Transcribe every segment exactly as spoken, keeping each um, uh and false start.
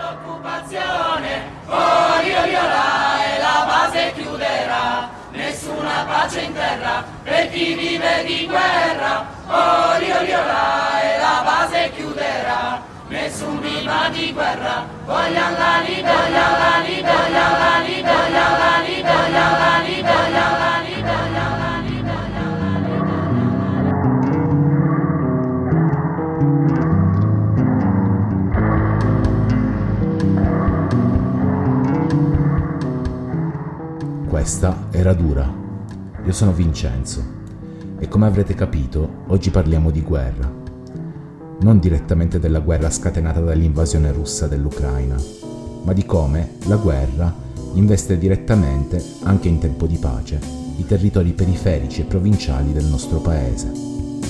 L'occupazione, oli oliola e la base chiuderà, nessuna pace in terra per chi vive di guerra, oli oliola e la base chiuderà, nessun viva di guerra, vogliamo la libertà, vogliamo la libertà, vogliamo la libertà, vogliamo la libertà, vogliamo la libertà, vogliamo la libertà, vogliamo la libertà. Questa era Dura. Io sono Vincenzo e come avrete capito oggi parliamo di guerra. Non direttamente della guerra scatenata dall'invasione russa dell'Ucraina, ma di come la guerra investe direttamente, anche in tempo di pace, i territori periferici e provinciali del nostro paese.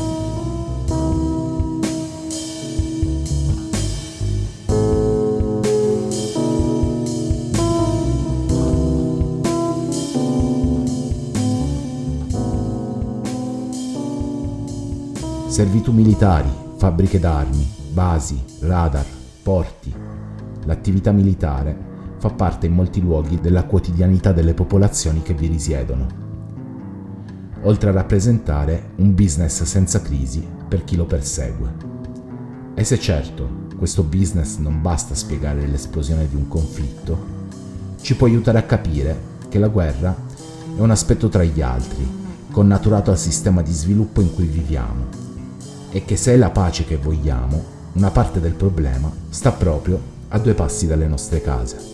Servitù militari, fabbriche d'armi, basi, radar, porti. L'attività militare fa parte in molti luoghi della quotidianità delle popolazioni che vi risiedono, oltre a rappresentare un business senza crisi per chi lo persegue. E se certo questo business non basta a spiegare l'esplosione di un conflitto, ci può aiutare a capire che la guerra è un aspetto tra gli altri, connaturato al sistema di sviluppo in cui viviamo, e che se è la pace che vogliamo, una parte del problema sta proprio a due passi dalle nostre case.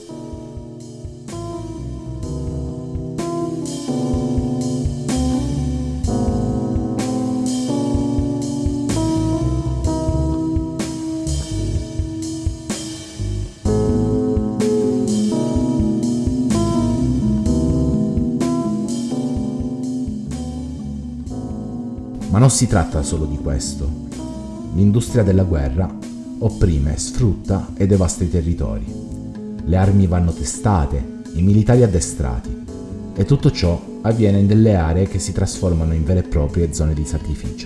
Ma non si tratta solo di questo. L'industria della guerra opprime, sfrutta e devasta i territori. Le armi vanno testate, i militari addestrati, e tutto ciò avviene in delle aree che si trasformano in vere e proprie zone di sacrificio.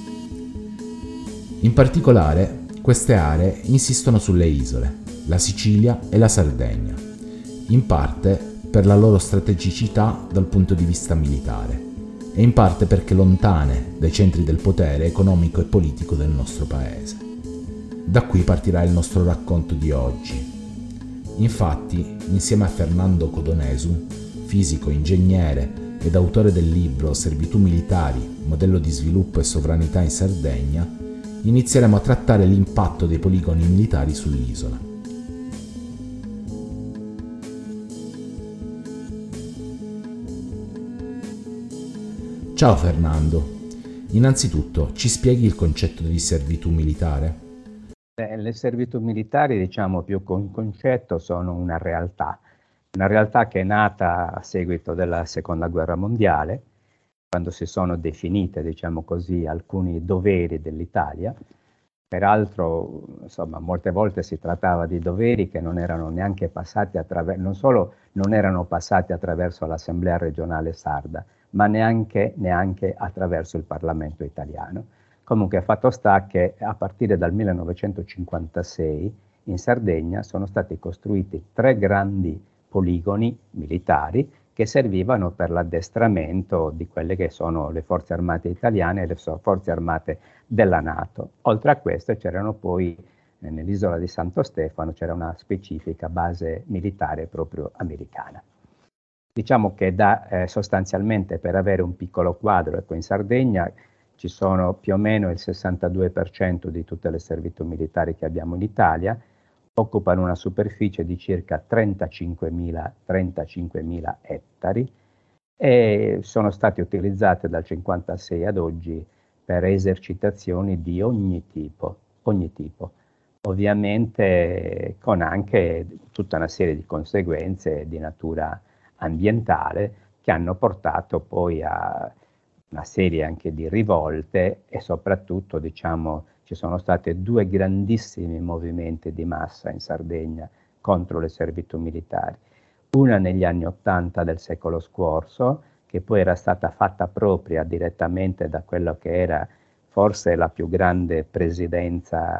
In particolare, queste aree insistono sulle isole, la Sicilia e la Sardegna, in parte per la loro strategicità dal punto di vista militare, e in parte perché lontane dai centri del potere economico e politico del nostro paese. Da qui partirà il nostro racconto di oggi. Infatti, insieme a Fernando Codonesu, fisico, ingegnere ed autore del libro Servitù militari, modello di sviluppo e sovranità in Sardegna, inizieremo a trattare l'impatto dei poligoni militari sull'isola. Ciao Fernando, innanzitutto ci spieghi il concetto di servitù militare? Eh, Le servitù militari, diciamo più con concetto, sono una realtà, una realtà che è nata a seguito della Seconda Guerra Mondiale, quando si sono definite, diciamo così, alcuni doveri dell'Italia. Peraltro, insomma, molte volte si trattava di doveri che non erano neanche passati attraverso, non solo non erano passati attraverso l'Assemblea regionale sarda, ma neanche, neanche attraverso il Parlamento italiano. Comunque fatto sta che a partire dal millenovecentocinquantasei in Sardegna sono stati costruiti tre grandi poligoni militari che servivano per l'addestramento di quelle che sono le forze armate italiane e le forze armate della NATO. Oltre a questo c'erano poi eh, nell'isola di Santo Stefano c'era una specifica base militare proprio americana. Diciamo che da, eh, sostanzialmente per avere un piccolo quadro, ecco, in Sardegna ci sono più o meno il sessantadue per cento di tutte le servitù militari che abbiamo in Italia, occupano una superficie di circa trentacinquemila ettari e sono state utilizzate dal cinquantasei ad oggi per esercitazioni di ogni tipo, ogni tipo. Ovviamente con anche tutta una serie di conseguenze di natura ambientale che hanno portato poi a una serie anche di rivolte e soprattutto, diciamo, ci sono stati due grandissimi movimenti di massa in Sardegna contro le servitù militari. Una negli anni Ottanta del secolo scorso, che poi era stata fatta propria direttamente da quello che era forse la più grande presidenza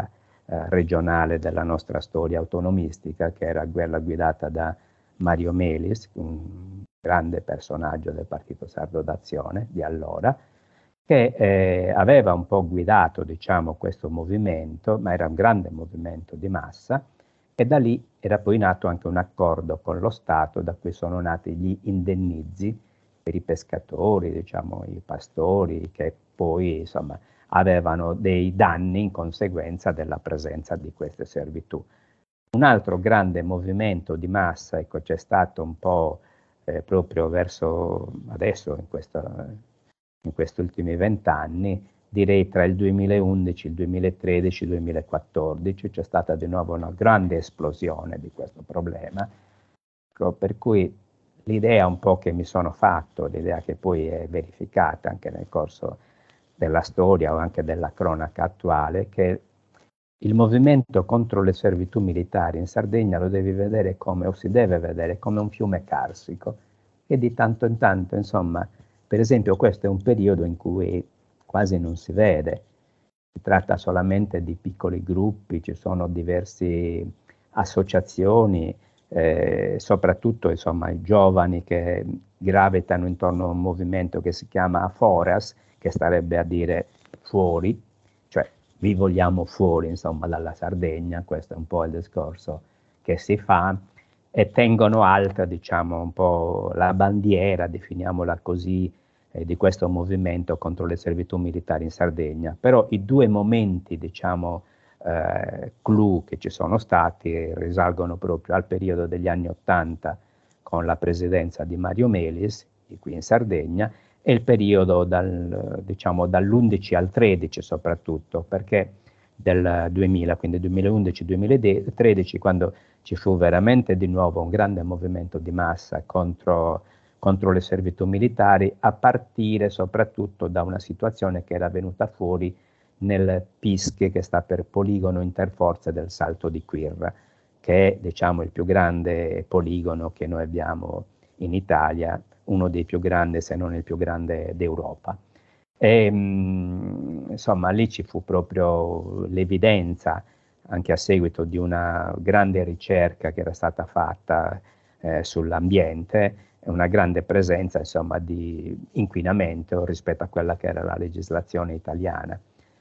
eh, regionale della nostra storia autonomistica, che era quella guidata da Mario Melis, un grande personaggio del Partito Sardo d'Azione di allora, che eh, aveva un po' guidato, diciamo, questo movimento, ma era un grande movimento di massa, e da lì era poi nato anche un accordo con lo Stato, da cui sono nati gli indennizi per i pescatori, diciamo, i pastori, che poi, insomma, avevano dei danni in conseguenza della presenza di queste servitù. Un altro grande movimento di massa, ecco, c'è stato un po' eh, proprio verso adesso, in, questa, in questi ultimi vent'anni, direi tra il duemilaundici, il duemilatredici, il duemilaquattordici, c'è stata di nuovo una grande esplosione di questo problema, ecco, per cui l'idea un po' che mi sono fatto, l'idea che poi è verificata anche nel corso della storia o anche della cronaca attuale, che il movimento contro le servitù militari in Sardegna lo devi vedere come, o si deve vedere come un fiume carsico, e di tanto in tanto, insomma, per esempio questo è un periodo in cui quasi non si vede, si tratta solamente di piccoli gruppi, ci sono diverse associazioni, eh, soprattutto, insomma, i giovani che gravitano intorno a un movimento che si chiama Foras, che starebbe a dire fuori, cioè vi vogliamo fuori, insomma, dalla Sardegna. Questo è un po' il discorso che si fa, e tengono alta, diciamo, un po' la bandiera, definiamola così, eh, di questo movimento contro le servitù militari in Sardegna. Però i due momenti, diciamo, eh, clou che ci sono stati risalgono proprio al periodo degli anni Ottanta, con la presidenza di Mario Melis, di qui in Sardegna, e il periodo dal, diciamo, dall'undici al tredici soprattutto, perché del duemila, quindi duemilaundici duemilatredici, quando ci fu veramente di nuovo un grande movimento di massa contro, contro le servitù militari, a partire soprattutto da una situazione che era venuta fuori nel P I S C, che sta per Poligono Interforze del Salto di Quirra, che è, diciamo, il più grande poligono che noi abbiamo in Italia, uno dei più grandi, se non il più grande d'Europa. E, mh, insomma, lì ci fu proprio l'evidenza, anche a seguito di una grande ricerca che era stata fatta eh, sull'ambiente, una grande presenza, insomma, di inquinamento rispetto a quella che era la legislazione italiana,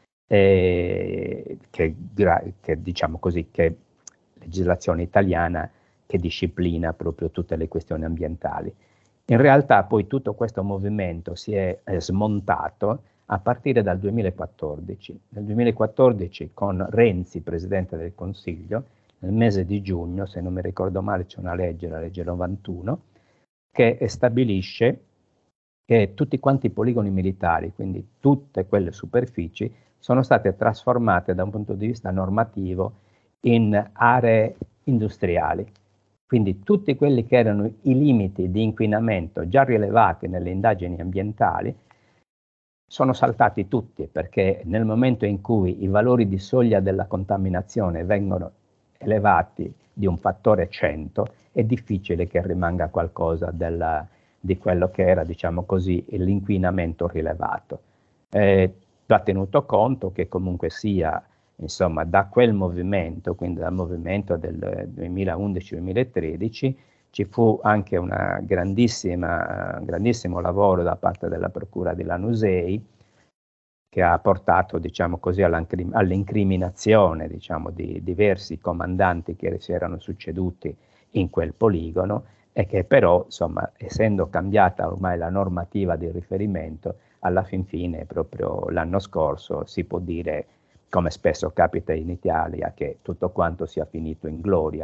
e che, che, diciamo così, che legislazione italiana che disciplina proprio tutte le questioni ambientali. In realtà poi tutto questo movimento si è eh, smontato a partire dal duemilaquattordici. Nel duemilaquattordici, con Renzi, Presidente del Consiglio, nel mese di giugno, se non mi ricordo male, c'è una legge, la legge novantuno, che stabilisce che tutti quanti i poligoni militari, quindi tutte quelle superfici, sono state trasformate da un punto di vista normativo in aree industriali. Quindi tutti quelli che erano i limiti di inquinamento già rilevati nelle indagini ambientali sono saltati tutti, perché nel momento in cui i valori di soglia della contaminazione vengono elevati di un fattore cento, è difficile che rimanga qualcosa della, di quello che era, diciamo così, l'inquinamento rilevato. Eh, va tenuto conto che comunque sia, insomma, da quel movimento, quindi dal movimento del duemilaundici duemilatredici, ci fu anche una grandissima, un grandissimo lavoro da parte della Procura di Lanusei, che ha portato, diciamo così, all'incriminazione, diciamo, di diversi comandanti che si erano succeduti in quel poligono, e che però, insomma, essendo cambiata ormai la normativa di riferimento, alla fin fine, proprio l'anno scorso, si può dire, come spesso capita in Italia, che tutto quanto sia finito in gloria.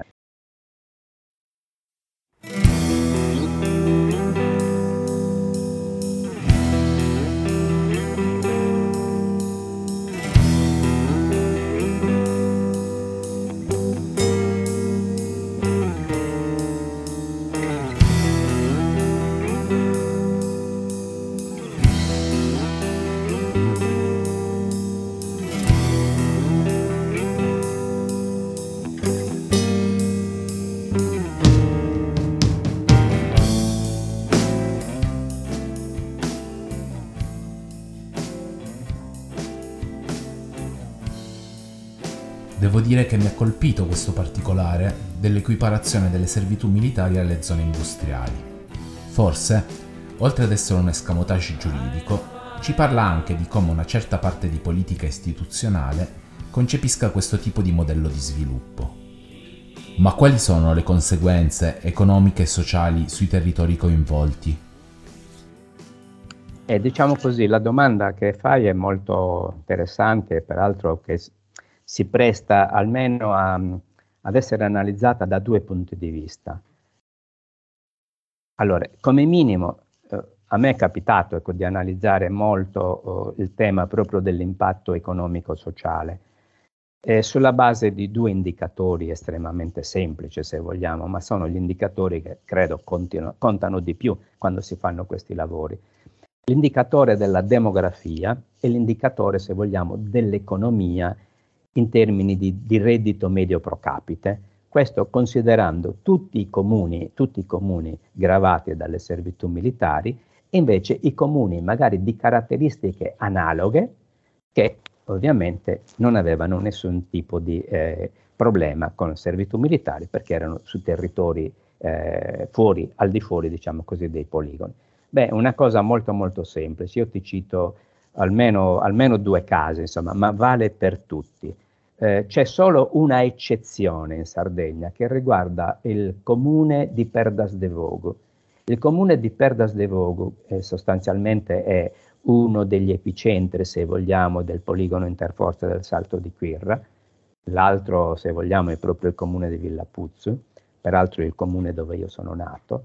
dire che mi ha colpito questo particolare dell'equiparazione delle servitù militari alle zone industriali. Forse, oltre ad essere un escamotage giuridico, ci parla anche di come una certa parte di politica istituzionale concepisca questo tipo di modello di sviluppo. Ma quali sono le conseguenze economiche e sociali sui territori coinvolti? E diciamo così, la domanda che fai è molto interessante, peraltro che si presta almeno a, ad essere analizzata da due punti di vista. Allora, come minimo, eh, a me è capitato ecco, di analizzare molto eh, il tema proprio dell'impatto economico-sociale, eh, sulla base di due indicatori estremamente semplici, se vogliamo, ma sono gli indicatori che credo continu- contano di più quando si fanno questi lavori. L'indicatore della demografia e l'indicatore, se vogliamo, dell'economia in termini di, di reddito medio pro capite, questo considerando tutti i comuni, tutti i comuni gravati dalle servitù militari e invece i comuni magari di caratteristiche analoghe che ovviamente non avevano nessun tipo di eh, problema con servitù militari perché erano su territori eh, fuori, al di fuori, diciamo così, dei poligoni. Beh, una cosa molto molto semplice, io ti cito almeno, almeno due casi, insomma, ma vale per tutti. Eh, c'è solo una eccezione in Sardegna che riguarda il comune di Perdas de Vogo. Il comune di Perdas de Vogo eh, sostanzialmente è uno degli epicentri, se vogliamo, del poligono interforze del Salto di Quirra, l'altro, se vogliamo, è proprio il comune di Villapuzzu, peraltro il comune dove io sono nato.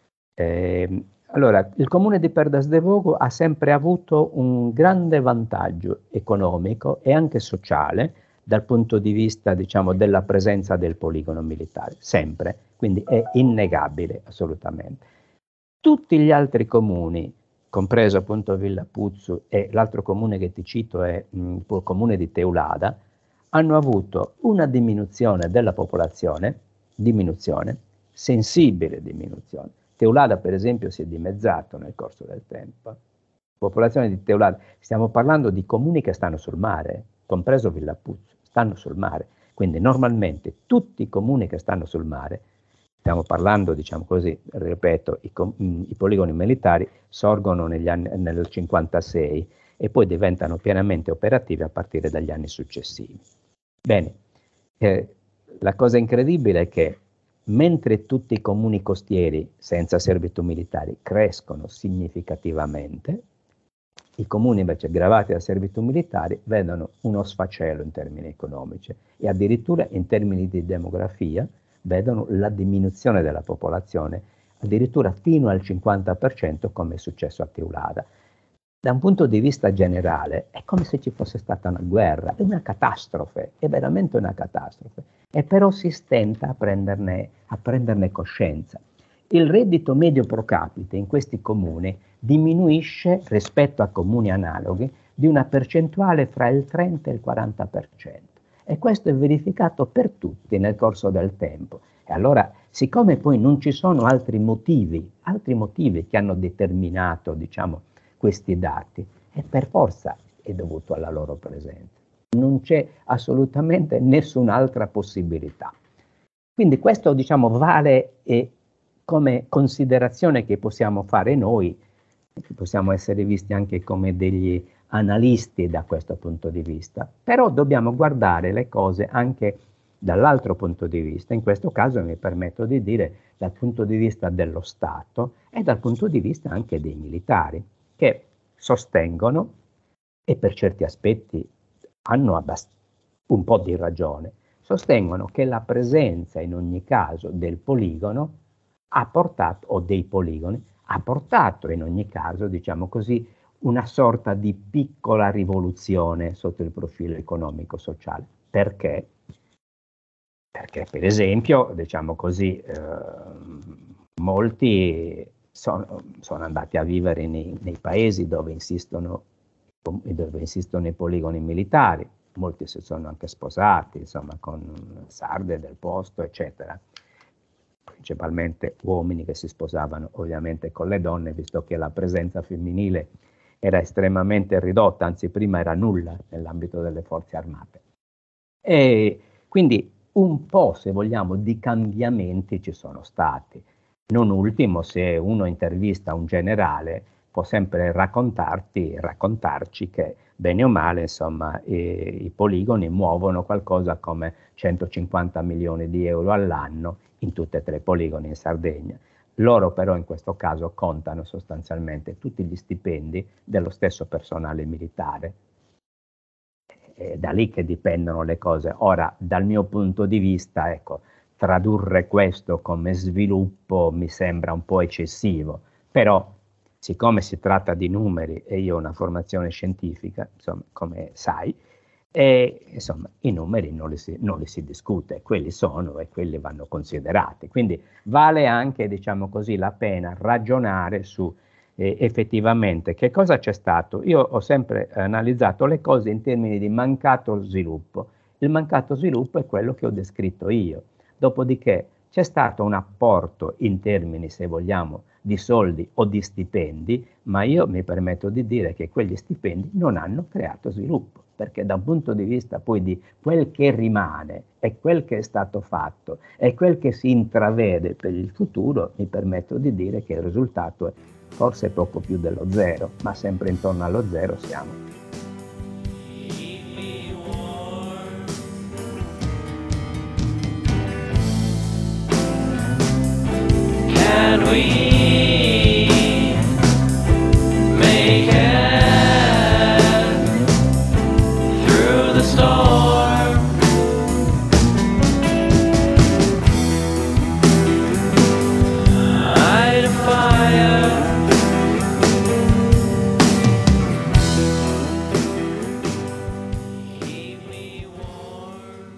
Eh, Allora, il comune di Perdas de Vogo ha sempre avuto un grande vantaggio economico e anche sociale dal punto di vista, diciamo, della presenza del poligono militare, sempre, quindi è innegabile assolutamente. Tutti gli altri comuni, compreso appunto Villapuzzu e l'altro comune che ti cito è mh, il comune di Teulada, hanno avuto una diminuzione della popolazione, diminuzione, sensibile diminuzione. Teulada, per esempio, si è dimezzato nel corso del tempo. La popolazione di Teulada, stiamo parlando di comuni che stanno sul mare, compreso Villapuzzu, stanno sul mare. Quindi normalmente tutti i comuni che stanno sul mare, stiamo parlando, diciamo così, ripeto, i, i poligoni militari sorgono negli anni, nel cinquantasei e poi diventano pienamente operativi a partire dagli anni successivi. Bene, eh, la cosa incredibile è che mentre tutti i comuni costieri senza servitù militari crescono significativamente, i comuni invece gravati da servitù militari vedono uno sfacelo in termini economici e addirittura in termini di demografia vedono la diminuzione della popolazione, addirittura fino al cinquanta per cento come è successo a Teulada. Da un punto di vista generale è come se ci fosse stata una guerra, è una catastrofe, è veramente una catastrofe, e però si stenta a prenderne, a prenderne coscienza. Il reddito medio pro capite in questi comuni diminuisce rispetto a comuni analoghi di una percentuale fra il trenta e il quaranta per cento e questo è verificato per tutti nel corso del tempo. E allora, siccome poi non ci sono altri motivi, altri motivi che hanno determinato, diciamo, questi dati, e per forza è dovuto alla loro presenza. Non c'è assolutamente nessun'altra possibilità. Quindi questo, diciamo, vale eh, come considerazione che possiamo fare noi, che possiamo essere visti anche come degli analisti da questo punto di vista, però dobbiamo guardare le cose anche dall'altro punto di vista, in questo caso mi permetto di dire dal punto di vista dello Stato e dal punto di vista anche dei militari, che sostengono, e per certi aspetti hanno abbast- un po' di ragione, sostengono che la presenza in ogni caso del poligono ha portato, o dei poligoni, ha portato in ogni caso, diciamo così, una sorta di piccola rivoluzione sotto il profilo economico-sociale. Perché? Perché, per esempio, diciamo così, eh, molti sono, sono andati a vivere nei, nei paesi dove insistono, dove insistono i poligoni militari, molti si sono anche sposati, insomma, con sarde del posto, eccetera. Principalmente uomini che si sposavano ovviamente con le donne, visto che la presenza femminile era estremamente ridotta, anzi prima era nulla nell'ambito delle forze armate. E Quindi un po', se vogliamo, di cambiamenti ci sono stati. Non ultimo, se uno intervista un generale, può sempre raccontarti, raccontarci che bene o male, insomma, i, i poligoni muovono qualcosa come centocinquanta milioni di euro all'anno in tutti e tre i poligoni in Sardegna. Loro però in questo caso contano sostanzialmente tutti gli stipendi dello stesso personale militare. È da lì che dipendono le cose. Ora, dal mio punto di vista, ecco, tradurre questo come sviluppo mi sembra un po' eccessivo, però siccome si tratta di numeri e io ho una formazione scientifica, insomma, come sai, e, insomma, i numeri non li, si, non li si discute, quelli sono e quelli vanno considerati. Quindi vale anche, diciamo così, la pena ragionare su eh, effettivamente che cosa c'è stato. Io ho sempre analizzato le cose in termini di mancato sviluppo. Il mancato sviluppo è quello che ho descritto io. Dopodiché c'è stato un apporto in termini, se vogliamo, di soldi o di stipendi, ma io mi permetto di dire che quegli stipendi non hanno creato sviluppo, perché da un punto di vista poi di quel che rimane e quel che è stato fatto e quel che si intravede per il futuro, mi permetto di dire che il risultato è forse poco più dello zero, ma sempre intorno allo zero siamo. Can we make it through the storm? Light a fire. Keep me warm.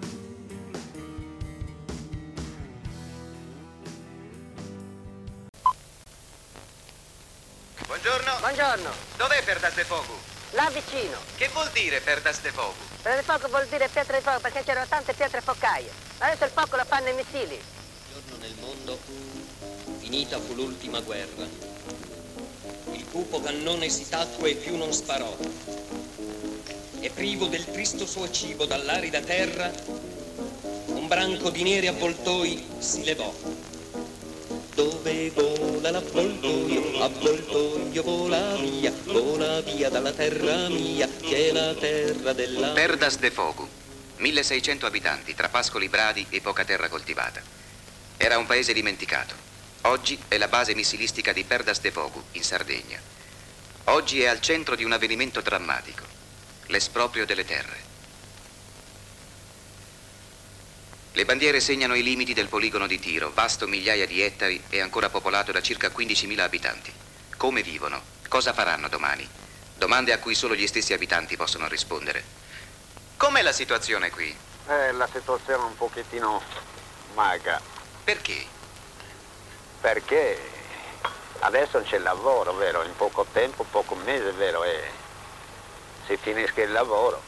Buongiorno. Buongiorno, Dov'è Perdas de Fogu? là vicino. Che vuol dire Perdas de Fogu? Pietra di fuoco vuol dire pietra di fuoco perché c'erano tante pietre focaie. Adesso il fuoco lo fanno i missili. Un giorno nel mondo, finita fu l'ultima guerra. Il cupo cannone si tacque e più non sparò. E privo del tristo suo cibo dall'arida terra, un branco di neri avvoltoi si levò. Dove vola l'avvoltoio, avvoltoio vola via, vola via dalla terra mia, che è la terra della... Perdas de Fogu, milleseicento abitanti tra pascoli bradi e poca terra coltivata. Era un paese dimenticato. Oggi è la base missilistica di Perdas de Fogu, in Sardegna. Oggi è al centro di un avvenimento drammatico, l'esproprio delle terre. Le bandiere segnano i limiti del poligono di Tiro, vasto migliaia di ettari e ancora popolato da circa quindicimila abitanti. Come vivono? Cosa faranno domani? Domande a cui solo gli stessi abitanti possono rispondere. Com'è la situazione qui? Eh, la situazione è un pochettino magra, Perché? perché adesso c'è il lavoro, vero? In poco tempo, poco mese, vero? E si finisce il lavoro.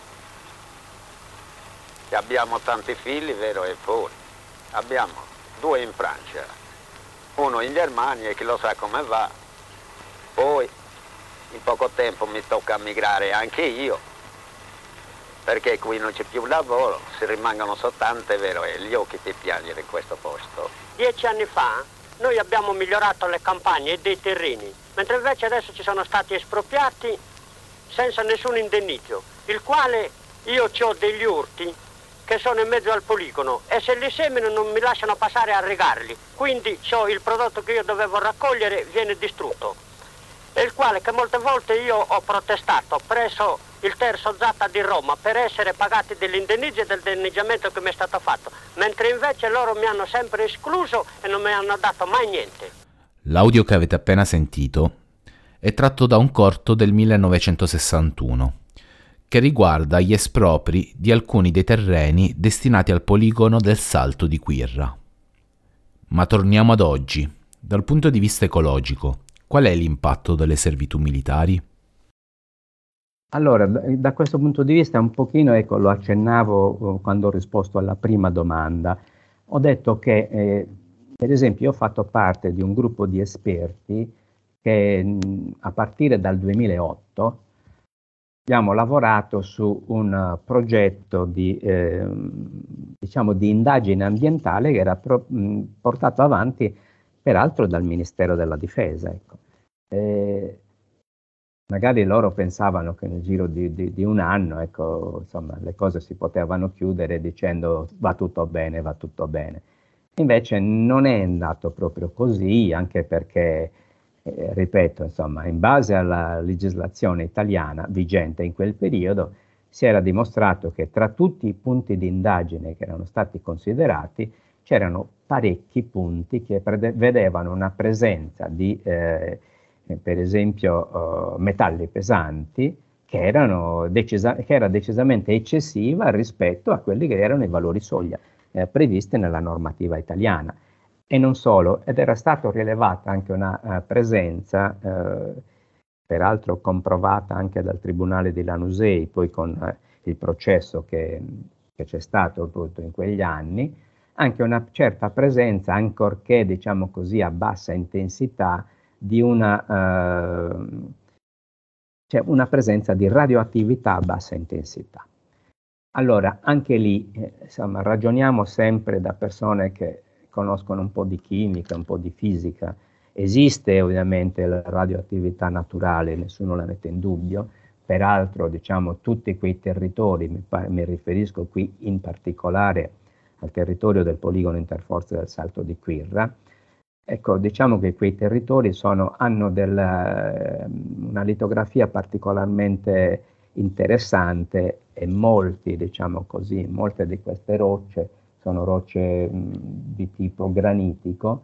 E abbiamo tanti figli, vero? E poi abbiamo due in Francia, uno in Germania, e chi lo sa come va. Poi in poco tempo mi tocca migrare anche io, perché qui non c'è più lavoro, si rimangono soltanto, è vero, e gli occhi ti piangere in questo posto. Dieci anni fa noi abbiamo migliorato le campagne e dei terreni, mentre invece adesso ci sono stati espropriati senza nessun indennizzo, il quale io ho degli orti che sono in mezzo al poligono e se li semino non mi lasciano passare a regarli, quindi so, il prodotto che io dovevo raccogliere viene distrutto, e il quale che molte volte io ho protestato presso il terzo Zatta di Roma per essere pagati dell'indennizzo e del danneggiamento che mi è stato fatto, mentre invece loro mi hanno sempre escluso e non mi hanno dato mai niente. L'audio che avete appena sentito è tratto da un corto del millenovecentosessantuno che riguarda gli espropri di alcuni dei terreni destinati al poligono del Salto di Quirra. Ma torniamo ad oggi. Dal punto di vista ecologico, qual è l'impatto delle servitù militari? Allora, da, da questo punto di vista un pochino, ecco, lo accennavo eh, quando ho risposto alla prima domanda. Ho detto che, eh, per esempio, io ho fatto parte di un gruppo di esperti che mh, a partire dal duemilaotto abbiamo lavorato su un progetto di, eh, diciamo, di indagine ambientale che era pro, mh, portato avanti peraltro dal Ministero della Difesa. Ecco. Eh, magari loro pensavano che nel giro di, di, di un anno, ecco, insomma, le cose si potevano chiudere dicendo va tutto bene, va tutto bene. Invece non è andato proprio così, anche perché, eh, ripeto, insomma, in base alla legislazione italiana vigente in quel periodo, si era dimostrato che tra tutti i punti di indagine che erano stati considerati c'erano parecchi punti che vedevano una presenza di, eh, per esempio, eh, metalli pesanti che, erano decisa- che era decisamente eccessiva rispetto a quelli che erano i valori soglia eh, previsti nella normativa italiana. E non solo, ed era stata rilevata anche una uh, presenza, eh, peraltro comprovata anche dal Tribunale di Lanusei, poi con uh, il processo che, che c'è stato appunto in quegli anni, anche una certa presenza, ancorché diciamo così a bassa intensità, di una, uh, cioè una presenza di radioattività a bassa intensità. Allora, anche lì, eh, insomma, ragioniamo sempre da persone che conoscono un po' di chimica, un po' di fisica. Esiste ovviamente la radioattività naturale, nessuno la mette in dubbio, peraltro diciamo tutti quei territori, mi, mi riferisco qui in particolare al territorio del poligono interforze del Salto di Quirra, ecco, diciamo che quei territori sono, hanno della, una litografia particolarmente interessante e molti, diciamo così, molte di queste rocce sono rocce mh, di tipo granitico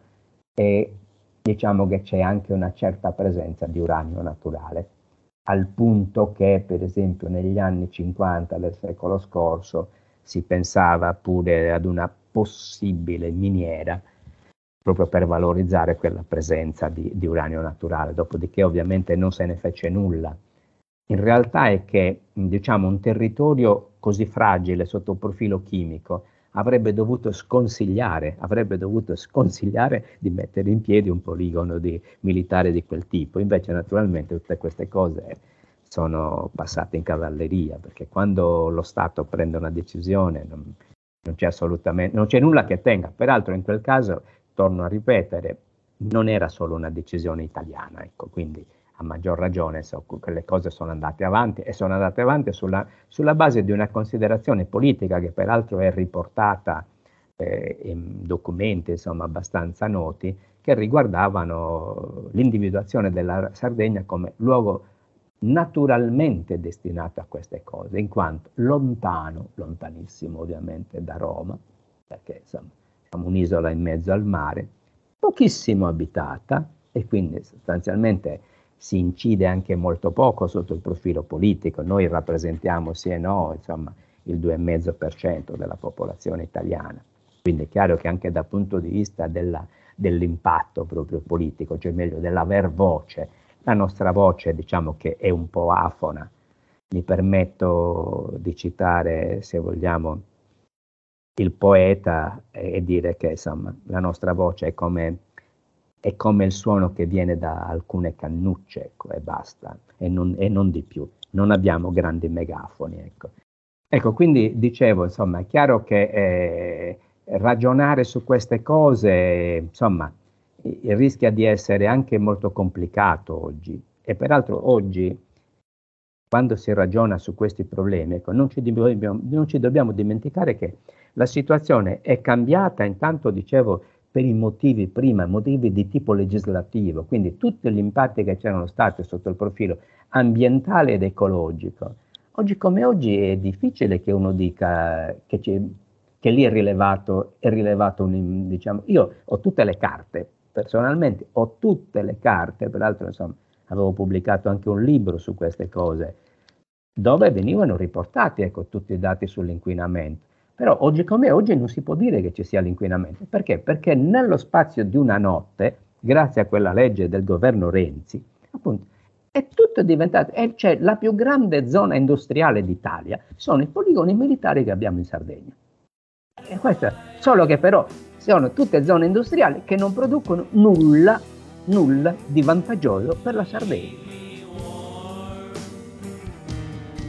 e diciamo che c'è anche una certa presenza di uranio naturale, al punto che per esempio negli anni cinquanta del secolo scorso si pensava pure ad una possibile miniera proprio per valorizzare quella presenza di, di uranio naturale, dopodiché ovviamente non se ne fece nulla. In realtà è che diciamo un territorio così fragile sotto il profilo chimico avrebbe dovuto sconsigliare, avrebbe dovuto sconsigliare di mettere in piedi un poligono di, militare di quel tipo. Invece naturalmente tutte queste cose sono passate in cavalleria, perché quando lo Stato prende una decisione non, non c'è assolutamente, non c'è nulla che tenga. Peraltro in quel caso, torno a ripetere, non era solo una decisione italiana, ecco, quindi a maggior ragione so, le cose sono andate avanti e sono andate avanti sulla, sulla base di una considerazione politica che peraltro è riportata eh, in documenti insomma abbastanza noti che riguardavano l'individuazione della Sardegna come luogo naturalmente destinato a queste cose, in quanto lontano, lontanissimo ovviamente da Roma, perché insomma siamo un'isola in mezzo al mare, pochissimo abitata e quindi sostanzialmente si incide anche molto poco sotto il profilo politico. Noi rappresentiamo sì e no, insomma, il due virgola cinque per cento della popolazione italiana. Quindi è chiaro che anche dal punto di vista della, dell'impatto proprio politico, cioè meglio dell'aver voce, la nostra voce diciamo che è un po' afona. Mi permetto di citare, se vogliamo, il poeta e dire che insomma la nostra voce è come è come il suono che viene da alcune cannucce, ecco, e basta, e non, e non di più. Non abbiamo grandi megafoni, ecco. Ecco, quindi dicevo, insomma, è chiaro che eh, ragionare su queste cose, insomma, eh, rischia di essere anche molto complicato oggi. E peraltro oggi, quando si ragiona su questi problemi, ecco, non ci dobbiamo, non ci dobbiamo dimenticare che la situazione è cambiata, intanto dicevo, per i motivi prima, motivi di tipo legislativo, quindi tutti gli impatti che c'erano stati sotto il profilo ambientale ed ecologico. Oggi come oggi è difficile che uno dica che, che lì è rilevato, è rilevato un, diciamo, io ho tutte le carte, personalmente ho tutte le carte, peraltro insomma avevo pubblicato anche un libro su queste cose, dove venivano riportati ecco, tutti i dati sull'inquinamento. Però oggi come oggi non si può dire che ci sia l'inquinamento. Perché? Perché nello spazio di una notte, grazie a quella legge del governo Renzi, appunto, è tutto diventato, è, cioè la più grande zona industriale d'Italia sono i poligoni militari che abbiamo in Sardegna. E questo, solo che però sono tutte zone industriali che non producono nulla, nulla di vantaggioso per la Sardegna.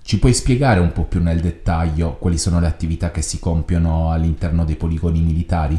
Ci puoi spiegare un po' più nel dettaglio quali sono le attività che si compiono all'interno dei poligoni militari?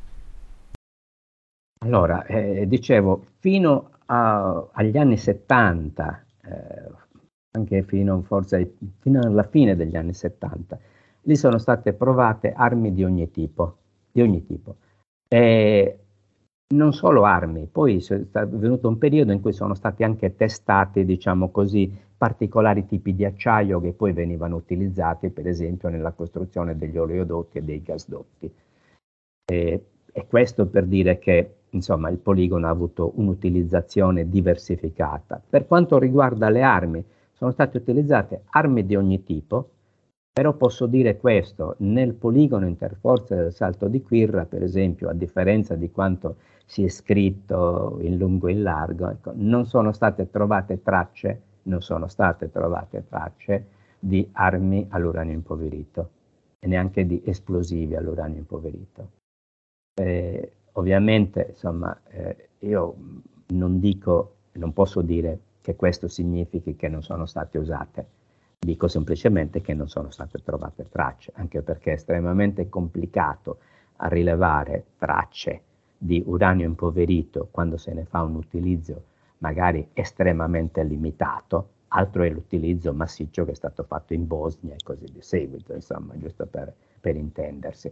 Allora, eh, dicevo, fino a, agli anni settanta, eh, anche fino forse ai, fino alla fine degli anni settanta, lì sono state provate armi di ogni tipo, di ogni tipo. E non solo armi, poi è venuto un periodo in cui sono stati anche testati, diciamo così, particolari tipi di acciaio che poi venivano utilizzati, per esempio, nella costruzione degli oleodotti e dei gasdotti. E, e questo per dire che, insomma, il poligono ha avuto un'utilizzazione diversificata. Per quanto riguarda le armi, sono state utilizzate armi di ogni tipo, però posso dire questo: nel poligono interforze del Salto di Quirra, per esempio, a differenza di quanto si è scritto in lungo e in largo, ecco, non sono state trovate tracce, non sono state trovate tracce di armi all'uranio impoverito e neanche di esplosivi all'uranio impoverito. Eh, ovviamente, insomma, eh, io non dico, non posso dire che questo significhi che non sono state usate, dico semplicemente che non sono state trovate tracce, anche perché è estremamente complicato a rilevare tracce di uranio impoverito quando se ne fa un utilizzo magari estremamente limitato. Altro è l'utilizzo massiccio che è stato fatto in Bosnia e così di seguito, insomma, giusto per, per intendersi.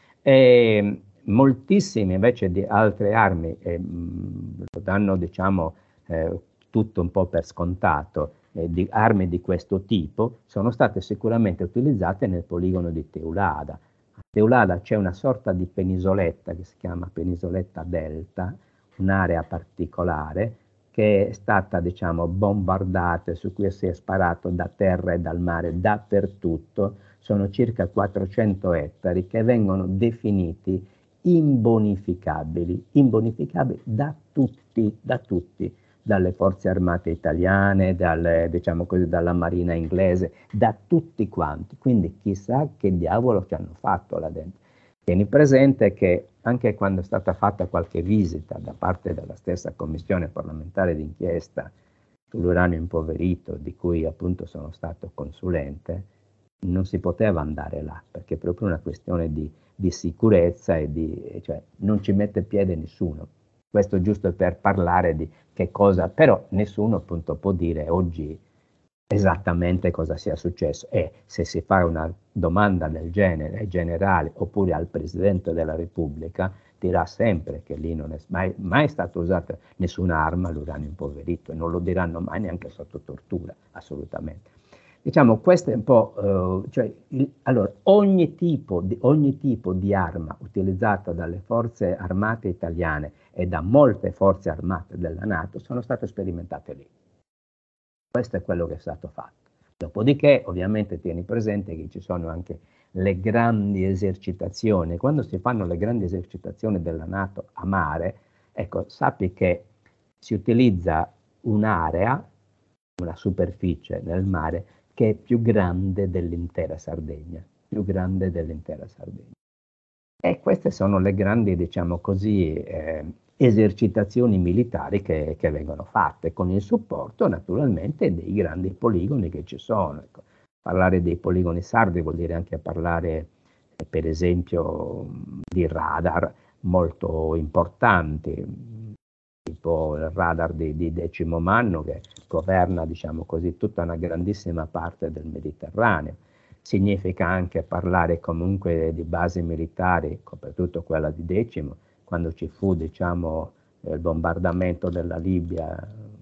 E moltissime invece di altre armi eh, lo danno, diciamo, eh, tutto un po' per scontato. Eh, di armi di questo tipo sono state sicuramente utilizzate nel poligono di Teulada. A Teulada c'è una sorta di penisoletta che si chiama penisoletta Delta, un'area particolare che è stata, diciamo, bombardata, su cui si è sparato da terra e dal mare dappertutto. Sono circa quattrocento ettari che vengono definiti imbonificabili, imbonificabili da tutti, da tutti, dalle forze armate italiane, dalle, diciamo così, dalla marina inglese, da tutti quanti. Quindi chissà che diavolo ci hanno fatto là dentro. Tieni presente che anche quando è stata fatta qualche visita da parte della stessa commissione parlamentare d'inchiesta sull'uranio impoverito, di cui appunto sono stato consulente, non si poteva andare là, perché è proprio una questione di, di sicurezza e di, cioè, non ci mette piede nessuno. Questo giusto per parlare di che cosa, però nessuno appunto può dire oggi esattamente cosa sia successo. E se si fa una domanda del genere ai generali oppure al Presidente della Repubblica, dirà sempre che lì non è mai, mai stata usata nessuna arma all'uranio impoverito, e non lo diranno mai neanche sotto tortura, assolutamente. Diciamo, questo è un po', eh, cioè, il, allora, ogni tipo, di, ogni tipo di arma utilizzata dalle forze armate italiane e da molte forze armate della NATO sono state sperimentate lì. Questo è quello che è stato fatto. Dopodiché, ovviamente, tieni presente che ci sono anche le grandi esercitazioni. Quando si fanno le grandi esercitazioni della NATO a mare, ecco, sappi che si utilizza un'area, una superficie nel mare, che è più grande dell'intera Sardegna, più grande dell'intera Sardegna. E queste sono le grandi, diciamo così, eh, esercitazioni militari che, che vengono fatte, con il supporto naturalmente dei grandi poligoni che ci sono. Ecco, parlare dei poligoni sardi vuol dire anche parlare, eh, per esempio, di radar molto importanti, tipo il radar di, di Decimo Manno, che governa, diciamo così, tutta una grandissima parte del Mediterraneo. Significa anche parlare comunque di basi militari, soprattutto quella di Decimo, quando ci fu, diciamo, il bombardamento della Libia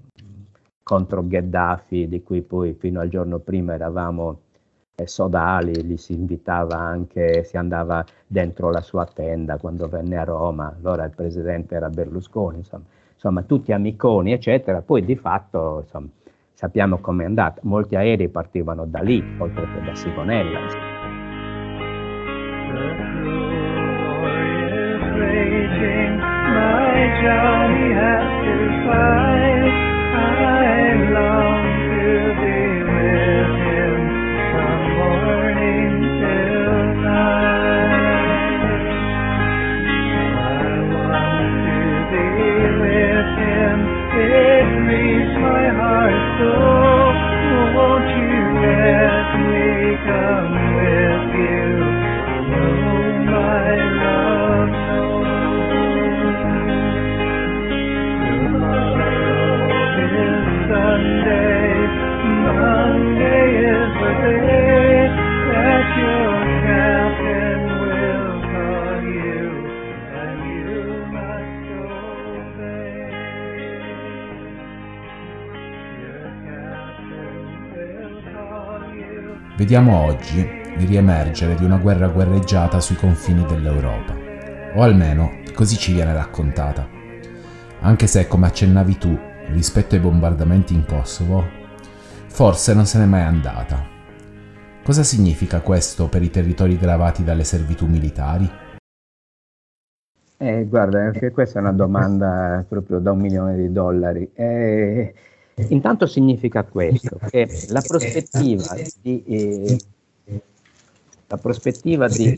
contro Gheddafi, di cui poi fino al giorno prima eravamo eh, sodali, li si invitava anche, si andava dentro la sua tenda quando venne a Roma, allora il presidente era Berlusconi, insomma, insomma tutti amiconi, eccetera. Poi di fatto, insomma, sappiamo com'è andata, molti aerei partivano da lì, oltre che da Sigonella. Johnny has to fight. I long to be with him from morning till night. I want to be with him. It grieves my heart so. Won't you let vediamo oggi il riemergere di una guerra guerreggiata sui confini dell'Europa, o almeno così ci viene raccontata, anche se, come accennavi tu, rispetto ai bombardamenti in Kosovo, forse non se n'è mai andata. Cosa significa questo per i territori gravati dalle servitù militari? Eh, guarda, anche questa è una domanda proprio da un milione di dollari. Eh, intanto significa questo, che la prospettiva di, eh, la prospettiva di,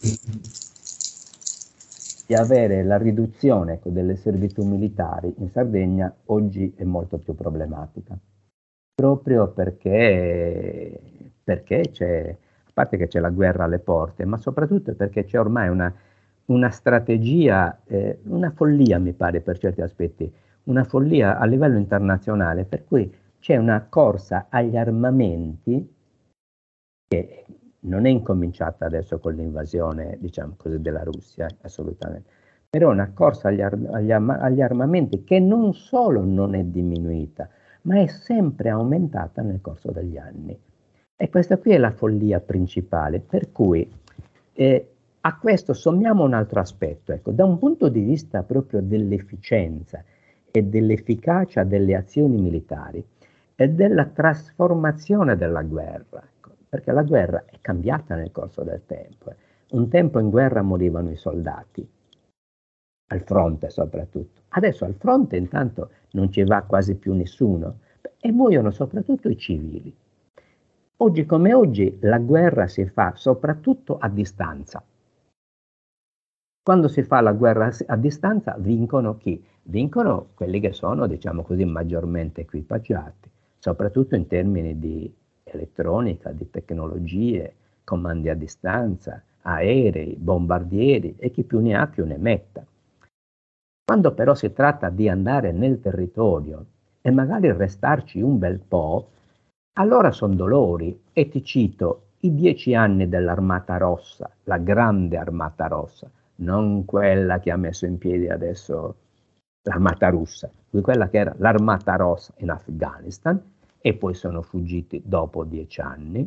di avere la riduzione, ecco, delle servitù militari in Sardegna oggi è molto più problematica, proprio perché, perché c'è, a parte che c'è la guerra alle porte, ma soprattutto perché c'è ormai una una strategia, eh, una follia mi pare per certi aspetti, una follia a livello internazionale, per cui c'è una corsa agli armamenti che non è incominciata adesso con l'invasione, diciamo così, della Russia, assolutamente, però una corsa agli, ar- agli, arma- agli armamenti che non solo non è diminuita, ma è sempre aumentata nel corso degli anni. E questa qui è la follia principale, per cui eh, a questo sommiamo un altro aspetto, ecco, da un punto di vista proprio dell'efficienza e dell'efficacia delle azioni militari e della trasformazione della guerra, ecco, perché la guerra è cambiata nel corso del tempo. Eh. Un tempo in guerra morivano i soldati, al fronte soprattutto. Adesso al fronte intanto non ci va quasi più nessuno e muoiono soprattutto i civili. Oggi come oggi la guerra si fa soprattutto a distanza. Quando si fa la guerra a distanza vincono chi? Vincono quelli che sono, diciamo così, maggiormente equipaggiati, soprattutto in termini di elettronica, di tecnologie, comandi a distanza, aerei, bombardieri e chi più ne ha più ne metta. Quando però si tratta di andare nel territorio e magari restarci un bel po', allora sono dolori, e ti cito i dieci anni dell'Armata Rossa, la grande Armata Rossa, non quella che ha messo in piedi adesso l'Armata Russa, quella che era l'Armata Rossa in Afghanistan, e poi sono fuggiti dopo dieci anni,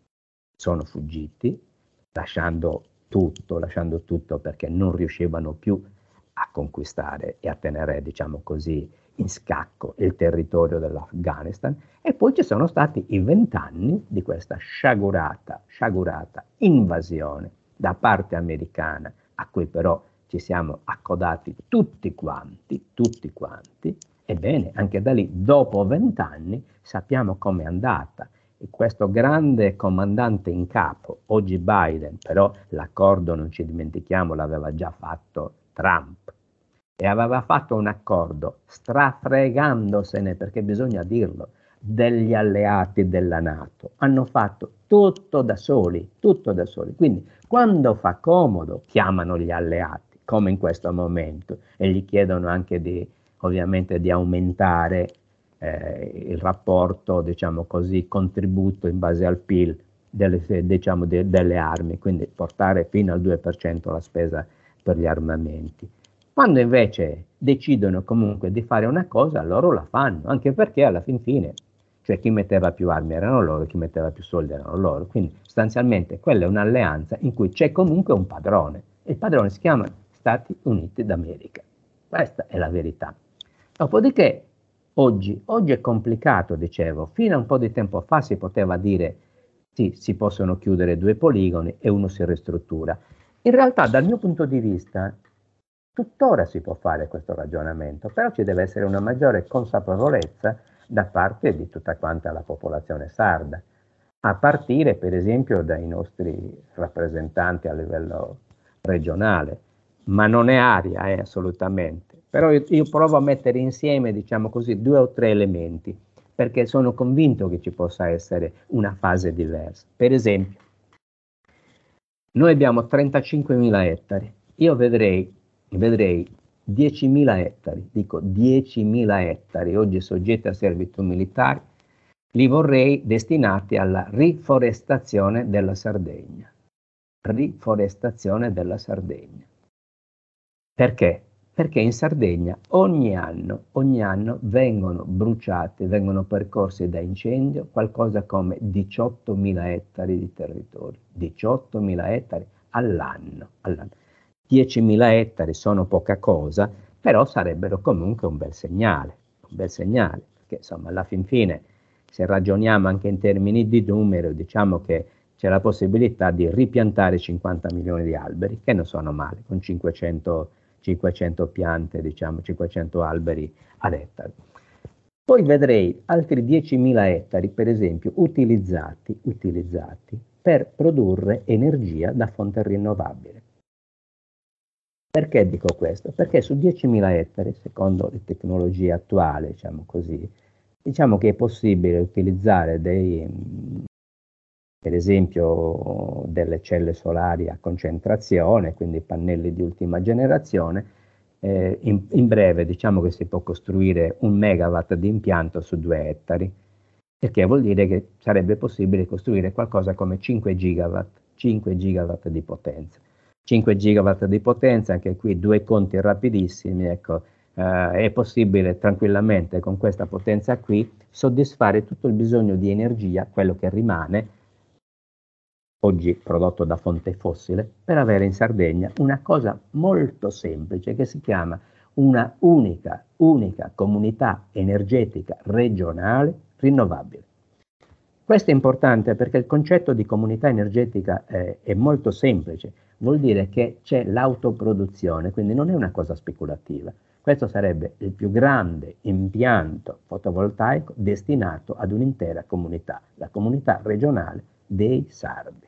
sono fuggiti, lasciando tutto, lasciando tutto perché non riuscivano più a conquistare e a tenere, diciamo così, in scacco il territorio dell'Afghanistan, e poi ci sono stati i vent'anni di questa sciagurata, sciagurata invasione da parte americana, a cui però ci siamo accodati tutti quanti, tutti quanti. Ebbene, anche da lì, dopo vent'anni, sappiamo com'è andata. E questo grande comandante in capo, oggi Biden, però l'accordo, non ci dimentichiamo, l'aveva già fatto Trump, e aveva fatto un accordo strafregandosene, perché bisogna dirlo, degli alleati della NATO. Hanno fatto tutto da soli, tutto da soli. Quindi quando fa comodo chiamano gli alleati, come in questo momento, e gli chiedono anche di, ovviamente, di aumentare eh, il rapporto, diciamo così, contributo in base al P I L delle, diciamo, de, delle armi, quindi portare fino al due per cento la spesa per gli armamenti. Quando invece decidono comunque di fare una cosa, loro la fanno, anche perché alla fin fine, cioè chi metteva più armi erano loro, chi metteva più soldi erano loro, quindi sostanzialmente quella è un'alleanza in cui c'è comunque un padrone, e il padrone si chiama Stati Uniti d'America. Questa è la verità. Dopodiché oggi, oggi è complicato, dicevo, fino a un po' di tempo fa si poteva dire sì, si possono chiudere due poligoni e uno si ristruttura. In realtà dal mio punto di vista tuttora si può fare questo ragionamento, però ci deve essere una maggiore consapevolezza da parte di tutta quanta la popolazione sarda, a partire per esempio dai nostri rappresentanti a livello regionale, ma non è aria, eh, assolutamente. Però io, io provo a mettere insieme, diciamo così, due o tre elementi, perché sono convinto che ci possa essere una fase diversa. Per esempio, noi abbiamo trentacinquemila ettari, io vedrei vedrei diecimila ettari, dico diecimila ettari, oggi soggetti a servitù militari, li vorrei destinati alla riforestazione della Sardegna. Riforestazione della Sardegna. Perché? Perché in Sardegna ogni anno, ogni anno vengono bruciati, vengono percorsi da incendio qualcosa come diciottomila ettari di territorio, diciottomila ettari all'anno, all'anno. diecimila ettari sono poca cosa, però sarebbero comunque un bel segnale, un bel segnale, perché insomma alla fin fine, se ragioniamo anche in termini di numero, diciamo che c'è la possibilità di ripiantare cinquanta milioni di alberi, che non sono male, con cinquecento, cinquecento piante, diciamo cinquecento alberi ad ettaro. Poi vedrei altri diecimila ettari, per esempio, utilizzati, utilizzati per produrre energia da fonte rinnovabile. Perché dico questo? Perché su diecimila ettari, secondo le tecnologie attuali, diciamo così, diciamo che è possibile utilizzare dei, per esempio, delle celle solari a concentrazione, quindi pannelli di ultima generazione. Eh, in, in breve diciamo che si può costruire un megawatt di impianto su due ettari, perché vuol dire che sarebbe possibile costruire qualcosa come cinque gigawatt, cinque gigawatt di potenza. cinque gigawatt di potenza, anche qui due conti rapidissimi, ecco, eh, è possibile tranquillamente con questa potenza qui soddisfare tutto il bisogno di energia, quello che rimane, oggi prodotto da fonte fossile, per avere in Sardegna una cosa molto semplice che si chiama una unica, unica comunità energetica regionale rinnovabile. Questo è importante perché il concetto di comunità energetica eh, è molto semplice, vuol dire che c'è l'autoproduzione, quindi non è una cosa speculativa. Questo sarebbe il più grande impianto fotovoltaico destinato ad un'intera comunità, la comunità regionale dei sardi.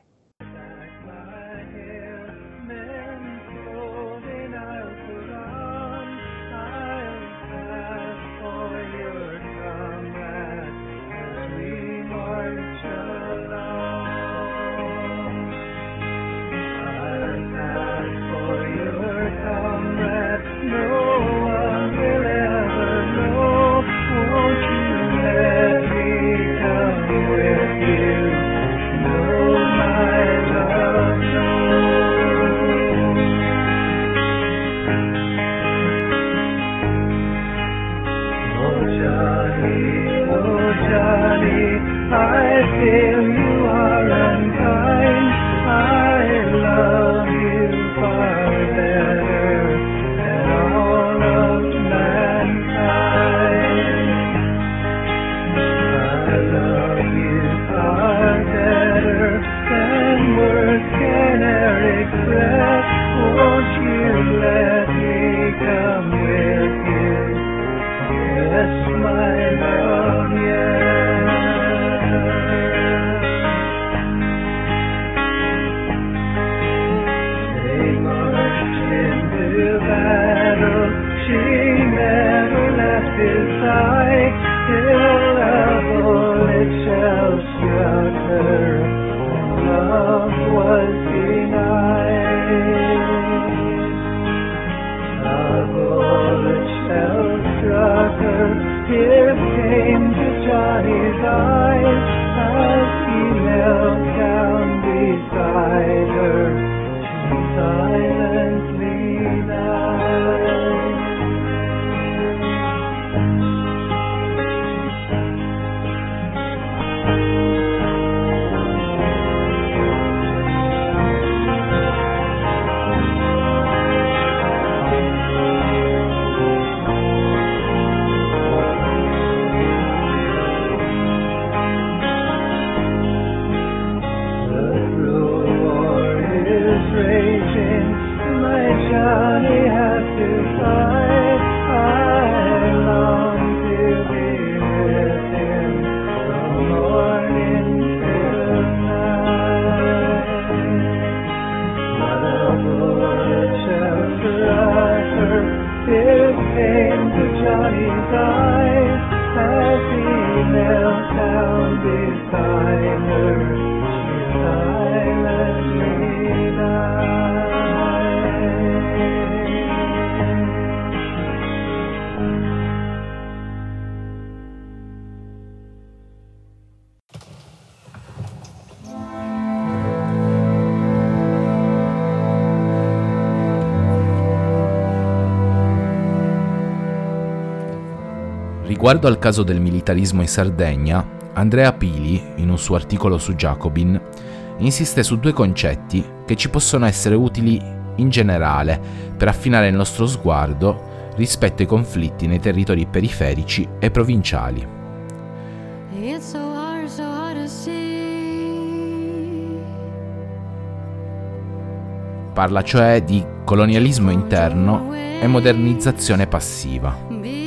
Till the bullet shall strike. Riguardo al caso del militarismo in Sardegna, Andrea Pili, in un suo articolo su Jacobin, insiste su due concetti che ci possono essere utili in generale per affinare il nostro sguardo rispetto ai conflitti nei territori periferici e provinciali. Parla cioè di colonialismo interno e modernizzazione passiva.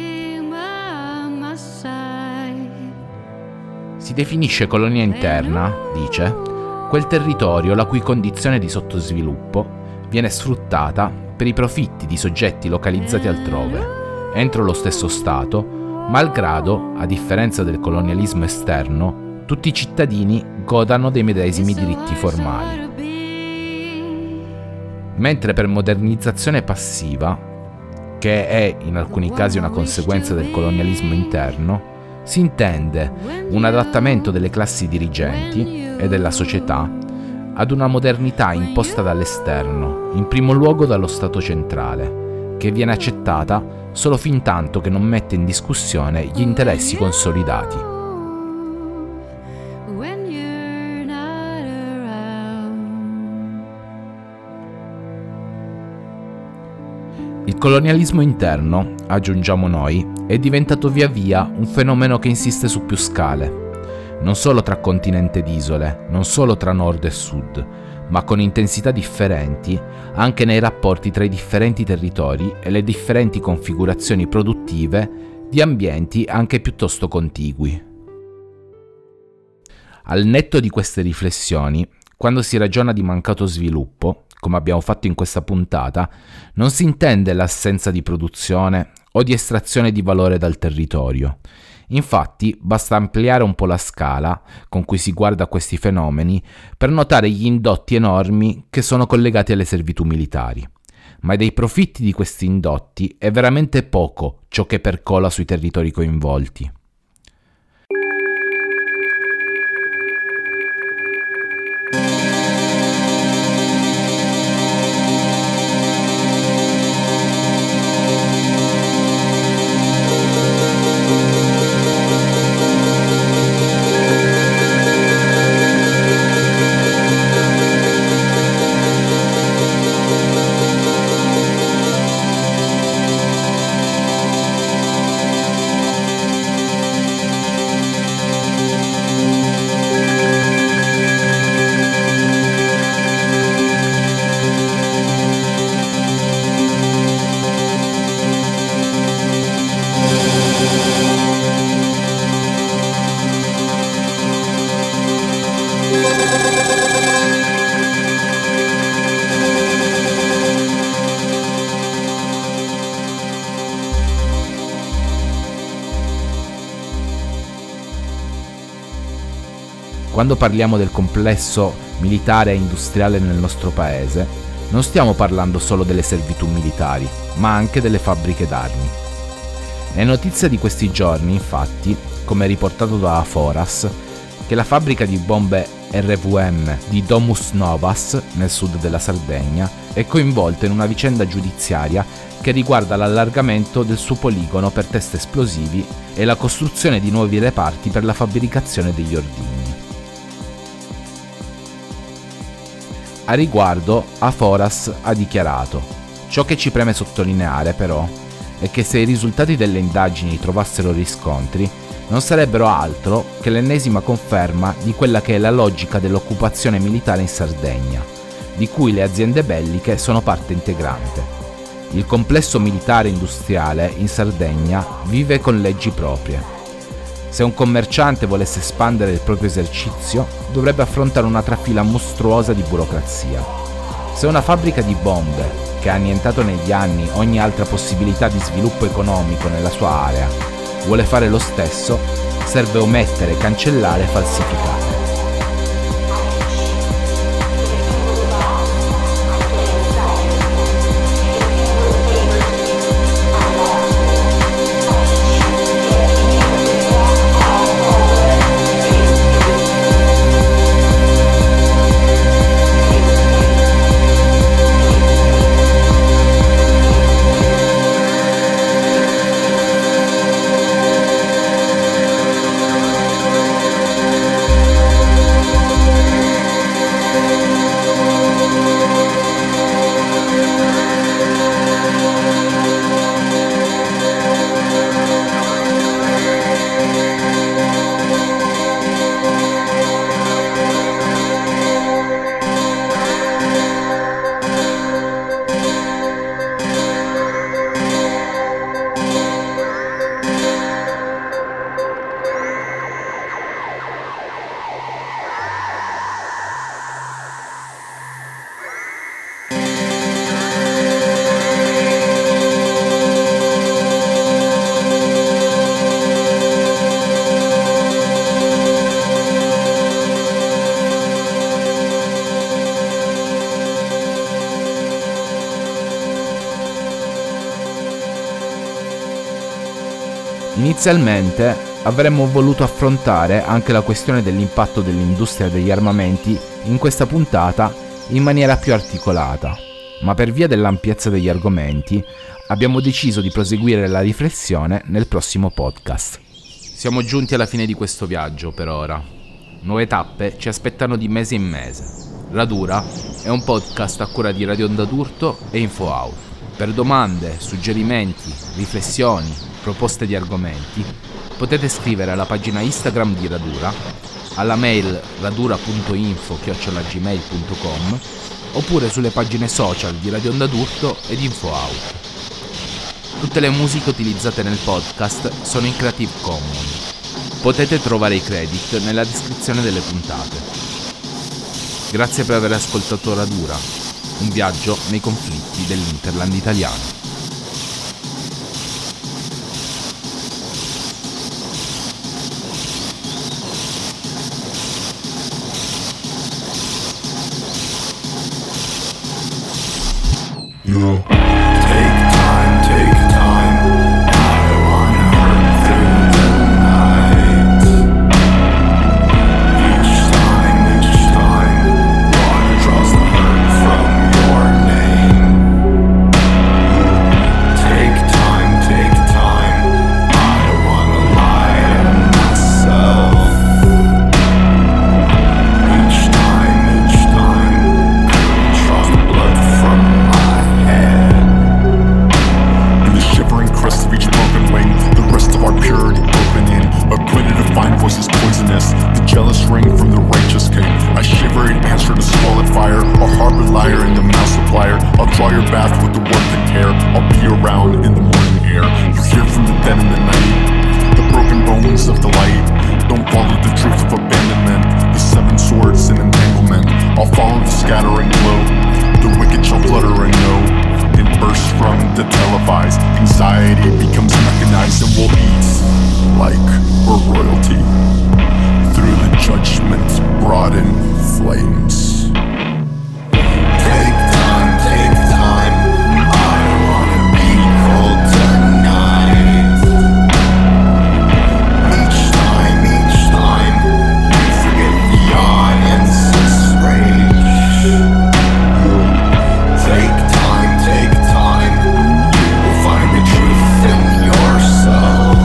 Si definisce colonia interna, dice, quel territorio la cui condizione di sottosviluppo viene sfruttata per i profitti di soggetti localizzati altrove, entro lo stesso Stato, malgrado, a differenza del colonialismo esterno, tutti i cittadini godano dei medesimi diritti formali. Mentre per modernizzazione passiva, che è in alcuni casi una conseguenza del colonialismo interno, si intende un adattamento delle classi dirigenti e della società ad una modernità imposta dall'esterno, in primo luogo dallo Stato centrale, che viene accettata solo fin tanto che non mette in discussione gli interessi consolidati. Il colonialismo interno, aggiungiamo noi, è diventato via via un fenomeno che insiste su più scale, non solo tra continente ed isole, non solo tra nord e sud, ma con intensità differenti anche nei rapporti tra i differenti territori e le differenti configurazioni produttive di ambienti anche piuttosto contigui. Al netto di queste riflessioni, quando si ragiona di mancato sviluppo, come abbiamo fatto in questa puntata, non si intende l'assenza di produzione o di estrazione di valore dal territorio. Infatti, basta ampliare un po' la scala con cui si guarda questi fenomeni per notare gli indotti enormi che sono collegati alle servitù militari. Ma dei profitti di questi indotti è veramente poco ciò che percola sui territori coinvolti. Quando parliamo del complesso militare e industriale nel nostro paese, non stiamo parlando solo delle servitù militari, ma anche delle fabbriche d'armi. È notizia di questi giorni, infatti, come riportato da Foras, che la fabbrica di bombe R V M di Domus Novas, nel sud della Sardegna, è coinvolta in una vicenda giudiziaria che riguarda l'allargamento del suo poligono per test esplosivi e la costruzione di nuovi reparti per la fabbricazione degli ordigni. A riguardo, Aforas ha dichiarato: ciò che ci preme sottolineare, però, è che se i risultati delle indagini trovassero riscontri, non sarebbero altro che l'ennesima conferma di quella che è la logica dell'occupazione militare in Sardegna, di cui le aziende belliche sono parte integrante. Il complesso militare industriale in Sardegna vive con leggi proprie. Se un commerciante volesse espandere il proprio esercizio, dovrebbe affrontare una trafila mostruosa di burocrazia. Se una fabbrica di bombe, che ha annientato negli anni ogni altra possibilità di sviluppo economico nella sua area, vuole fare lo stesso, serve omettere, cancellare e falsificare. Inizialmente avremmo voluto affrontare anche la questione dell'impatto dell'industria degli armamenti in questa puntata in maniera più articolata, ma per via dell'ampiezza degli argomenti abbiamo deciso di proseguire la riflessione nel prossimo podcast. Siamo giunti alla fine di questo viaggio per ora. Nuove tappe ci aspettano di mese in mese. Radura è un podcast a cura di Radio Onda d'Urto e InfoAut. Per domande, suggerimenti, riflessioni, proposte di argomenti, potete scrivere alla pagina Instagram di Radura, alla mail radura punto info chiocciola gmail punto com oppure sulle pagine social di Radio Onda d'Urto ed InfoAut. Tutte le musiche utilizzate nel podcast sono in Creative Commons. Potete trovare i credit nella descrizione delle puntate. Grazie per aver ascoltato Radura, un viaggio nei conflitti dell'Interland italiano. Yeah. Take time, take time. I wanna hurt through the night. Each time, each time, water draws the hurt from your name. Take time, take time. I wanna lie to myself. Each time, each time, draws the blood from my crest of each broken wing, the rest of our purity broken in. Acquitted of fine voices poisonous, the jealous ring from the righteous king. I shiver in answer to squalid fire, a harbor liar in the mouse supplier. I'll draw your bath with the worth and care. I'll be around in the morning air. You hear from the dead in the night, the broken bones of the light. Don't follow the truth of abandonment, the seven swords in entanglement. I'll follow the scattering glow, the wicked shall flutter and know. It bursts from the televised. Anxiety becomes mechanized and will eat like a royalty through the judgment's broaden flames. Take time, take time. I wanna be cold tonight. Each time, each time, you forget the audience's rage. Take time, take time, you will find the truth in yourself.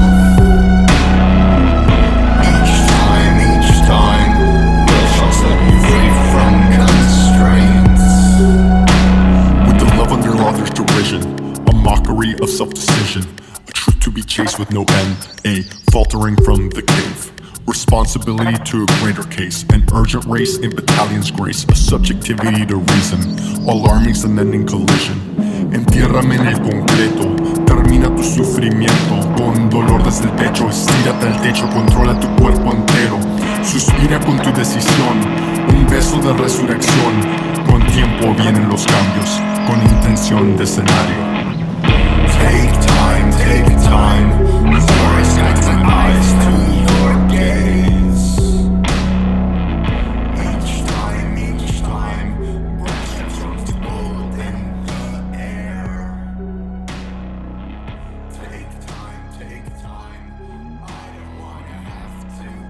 Each time, each time, will shall set you free from constraints. With the love under law there's derision, a mockery of self-decision, a truth to be chased with no end, a faltering from the cave. Responsibility to a greater case, an urgent race in battalion's grace, a subjectivity to reason, all armies unending collision. Entiérrame en el concreto, termina tu sufrimiento, con dolor desde el pecho, estírate al techo, controla tu cuerpo entero, suspira con tu decisión, un beso de resurrección, con tiempo vienen los cambios, con intención de escenario. Take time, take time, before I snap my eyes.